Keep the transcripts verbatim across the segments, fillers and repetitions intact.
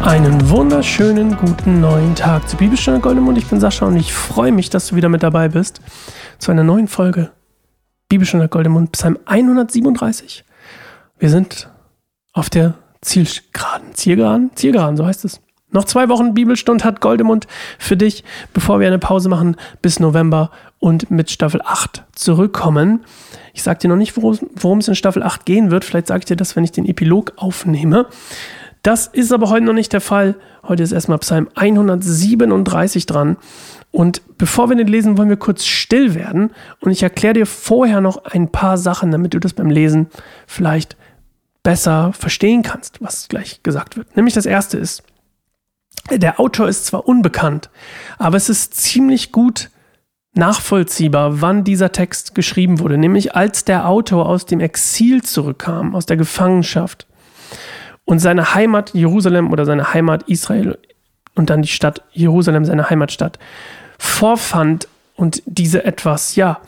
Einen wunderschönen guten neuen Tag zur Bibelstunde Goldemund. Ich bin Sascha und ich freue mich, dass du wieder mit dabei bist zu einer neuen Folge Bibelstunde Goldemund, Psalm hundertsiebenunddreißig. Wir sind auf der Zielgeraden, Zielgeraden, Zielgeraden, so heißt es. Noch zwei Wochen Bibelstunde hat Goldemund für dich, bevor wir eine Pause machen bis November und mit Staffel acht zurückkommen. Ich sage dir noch nicht, worum es in Staffel acht gehen wird. Vielleicht sage ich dir das, wenn ich den Epilog aufnehme. Das ist aber heute noch nicht der Fall. Heute ist erstmal Psalm hundertsiebenunddreißig dran. Und bevor wir den lesen, wollen wir kurz still werden. Und ich erkläre dir vorher noch ein paar Sachen, damit du das beim Lesen vielleicht besser verstehen kannst, was gleich gesagt wird. Nämlich das erste ist, der Autor ist zwar unbekannt, aber es ist ziemlich gut nachvollziehbar, wann dieser Text geschrieben wurde. Nämlich als der Autor aus dem Exil zurückkam, aus der Gefangenschaft. Und seine Heimat Jerusalem oder seine Heimat Israel und dann die Stadt Jerusalem, seine Heimatstadt, vorfand und diese etwas, ja,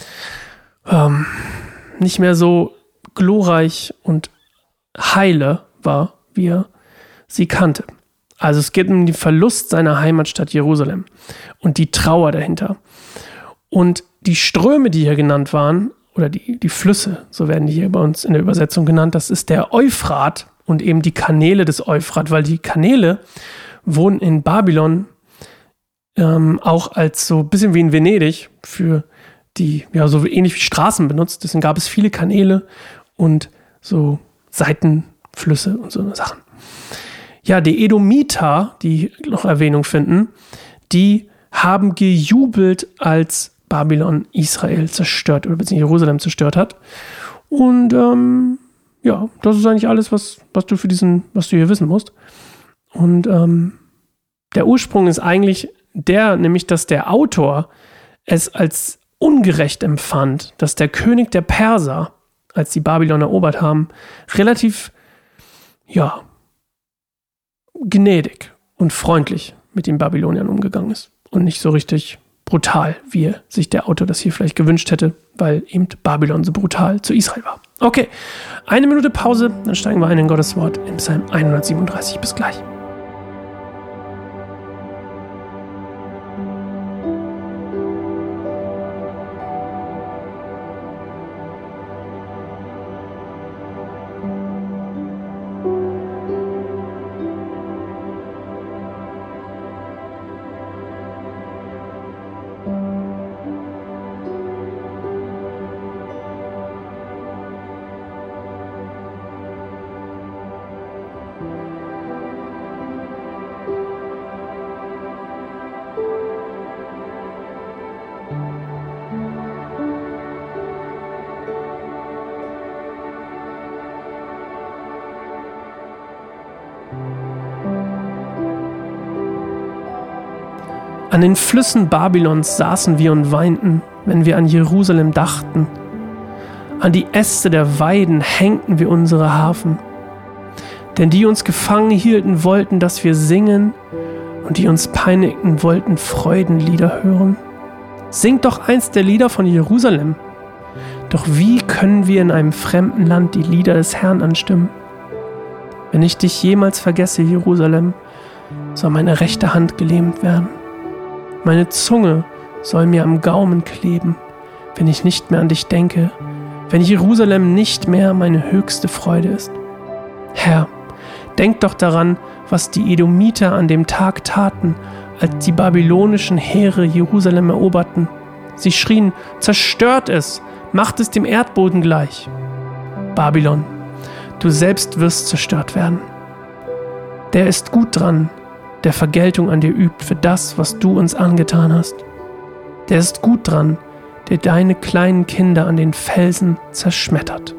ähm, nicht mehr so glorreich und heile war, wie er sie kannte. Also es geht um den Verlust seiner Heimatstadt Jerusalem und die Trauer dahinter. Und die Ströme, die hier genannt waren, oder die, die Flüsse, so werden die hier bei uns in der Übersetzung genannt, das ist der Euphrat und eben die Kanäle des Euphrat, weil die Kanäle wurden in Babylon ähm, auch als so ein bisschen wie in Venedig für die, ja, so ähnlich wie Straßen benutzt. Deswegen gab es viele Kanäle und so Seitenflüsse und so Sachen. Ja, die Edomiter, die noch Erwähnung finden, die haben gejubelt, als Babylon Israel zerstört oder beziehungsweise Jerusalem zerstört hat. Und ähm, ja, das ist eigentlich alles, was, was du für diesen, was du hier wissen musst. Und ähm, der Ursprung ist eigentlich der, nämlich, dass der Autor es als ungerecht empfand, dass der König der Perser, als die Babylon erobert haben, relativ, ja, gnädig und freundlich mit den Babyloniern umgegangen ist und nicht so richtig brutal, wie sich der Autor das hier vielleicht gewünscht hätte, weil eben Babylon so brutal zu Israel war. Okay, eine Minute Pause, dann steigen wir ein in Gottes Wort in Psalm hundertsiebenunddreißig. Bis gleich. An den Flüssen Babylons saßen wir und weinten, wenn wir an Jerusalem dachten. An die Äste der Weiden hängten wir unsere Harfen. Denn die uns gefangen hielten, wollten, dass wir singen, und die uns peinigten, wollten Freudenlieder hören. Singt doch einst der Lieder von Jerusalem. Doch wie können wir in einem fremden Land die Lieder des Herrn anstimmen? Wenn ich dich jemals vergesse, Jerusalem, soll meine rechte Hand gelähmt werden. Meine Zunge soll mir am Gaumen kleben, wenn ich nicht mehr an dich denke, wenn Jerusalem nicht mehr meine höchste Freude ist. Herr, denk doch daran, was die Edomiter an dem Tag taten, als die babylonischen Heere Jerusalem eroberten. Sie schrien, zerstört es, macht es dem Erdboden gleich. Babylon, du selbst wirst zerstört werden. Der ist gut dran, der Vergeltung an dir übt für das, was du uns angetan hast. Der ist gut dran, der deine kleinen Kinder an den Felsen zerschmettert.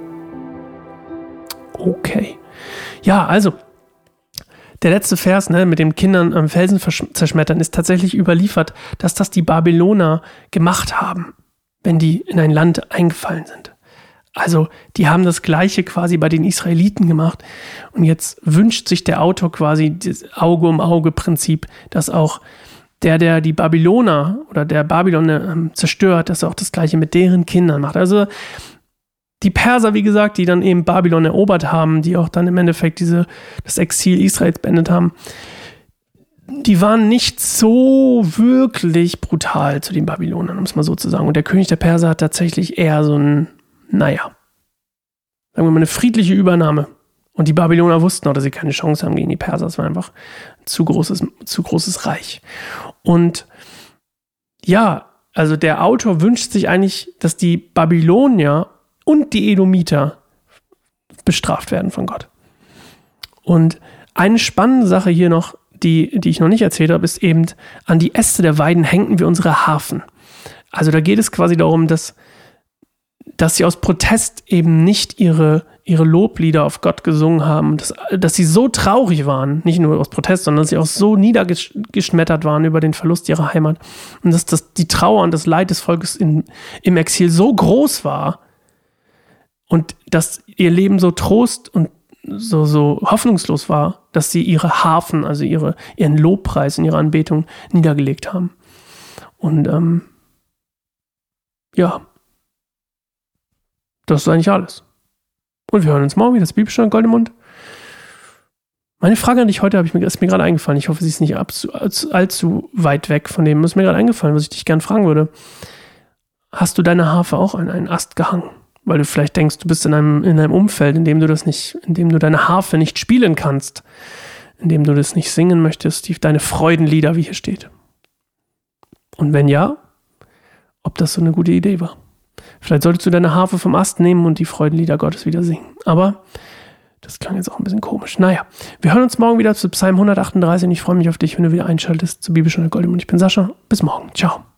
Okay. Ja, also, der letzte Vers, ne, mit den Kindern am Felsen zerschmettern, ist tatsächlich überliefert, dass das die Babyloner gemacht haben, wenn die in ein Land eingefallen sind. Also die haben das Gleiche quasi bei den Israeliten gemacht. Und jetzt wünscht sich der Autor quasi das Auge-um-Auge-Prinzip, dass auch der, der die Babyloner oder der Babylon äh, zerstört, dass er auch das Gleiche mit deren Kindern macht. Also die Perser, wie gesagt, die dann eben Babylon erobert haben, die auch dann im Endeffekt diese, das Exil Israels beendet haben, die waren nicht so wirklich brutal zu den Babylonern, um es mal so zu sagen. Und der König der Perser hat tatsächlich eher so ein, naja, sagen wir mal, eine friedliche Übernahme. Und die Babyloner wussten auch, dass sie keine Chance haben gegen die Perser. Es war einfach ein zu großes, zu großes Reich. Und ja, also der Autor wünscht sich eigentlich, dass die Babylonier und die Edomiter bestraft werden von Gott. Und eine spannende Sache hier noch, die, die ich noch nicht erzählt habe, ist eben, an die Äste der Weiden hängten wir unsere Harfen. Also da geht es quasi darum, dass, dass sie aus Protest eben nicht ihre, ihre Loblieder auf Gott gesungen haben, dass, dass sie so traurig waren, nicht nur aus Protest, sondern dass sie auch so niedergeschmettert waren über den Verlust ihrer Heimat und dass das, die Trauer und das Leid des Volkes in, im Exil so groß war und dass ihr Leben so Trost und so, so hoffnungslos war, dass sie ihre Harfen, also ihre, ihren Lobpreis und ihre Anbetung niedergelegt haben. Und ähm, ja, das ist eigentlich alles. Und wir hören uns morgen wieder, das Bibelstunde Goldemund. Meine Frage an dich heute habe ich mir, ist mir gerade eingefallen. Ich hoffe, sie ist nicht allzu, allzu weit weg von dem. Ist mir gerade eingefallen, was ich dich gerne fragen würde. Hast du deine Harfe auch an einen Ast gehangen? Weil du vielleicht denkst, du bist in einem, in einem Umfeld, in dem du das nicht, in dem du deine Harfe nicht spielen kannst, in dem du das nicht singen möchtest, die, deine Freudenlieder, wie hier steht. Und wenn ja, ob das so eine gute Idee war. Vielleicht solltest du deine Harfe vom Ast nehmen und die Freudenlieder Gottes wieder singen. Aber das klang jetzt auch ein bisschen komisch. Naja, wir hören uns morgen wieder zu Psalm hundertachtunddreißig und ich freue mich auf dich, wenn du wieder einschaltest zur Bibelstunde Goldemund. Ich bin Sascha. Bis morgen. Ciao.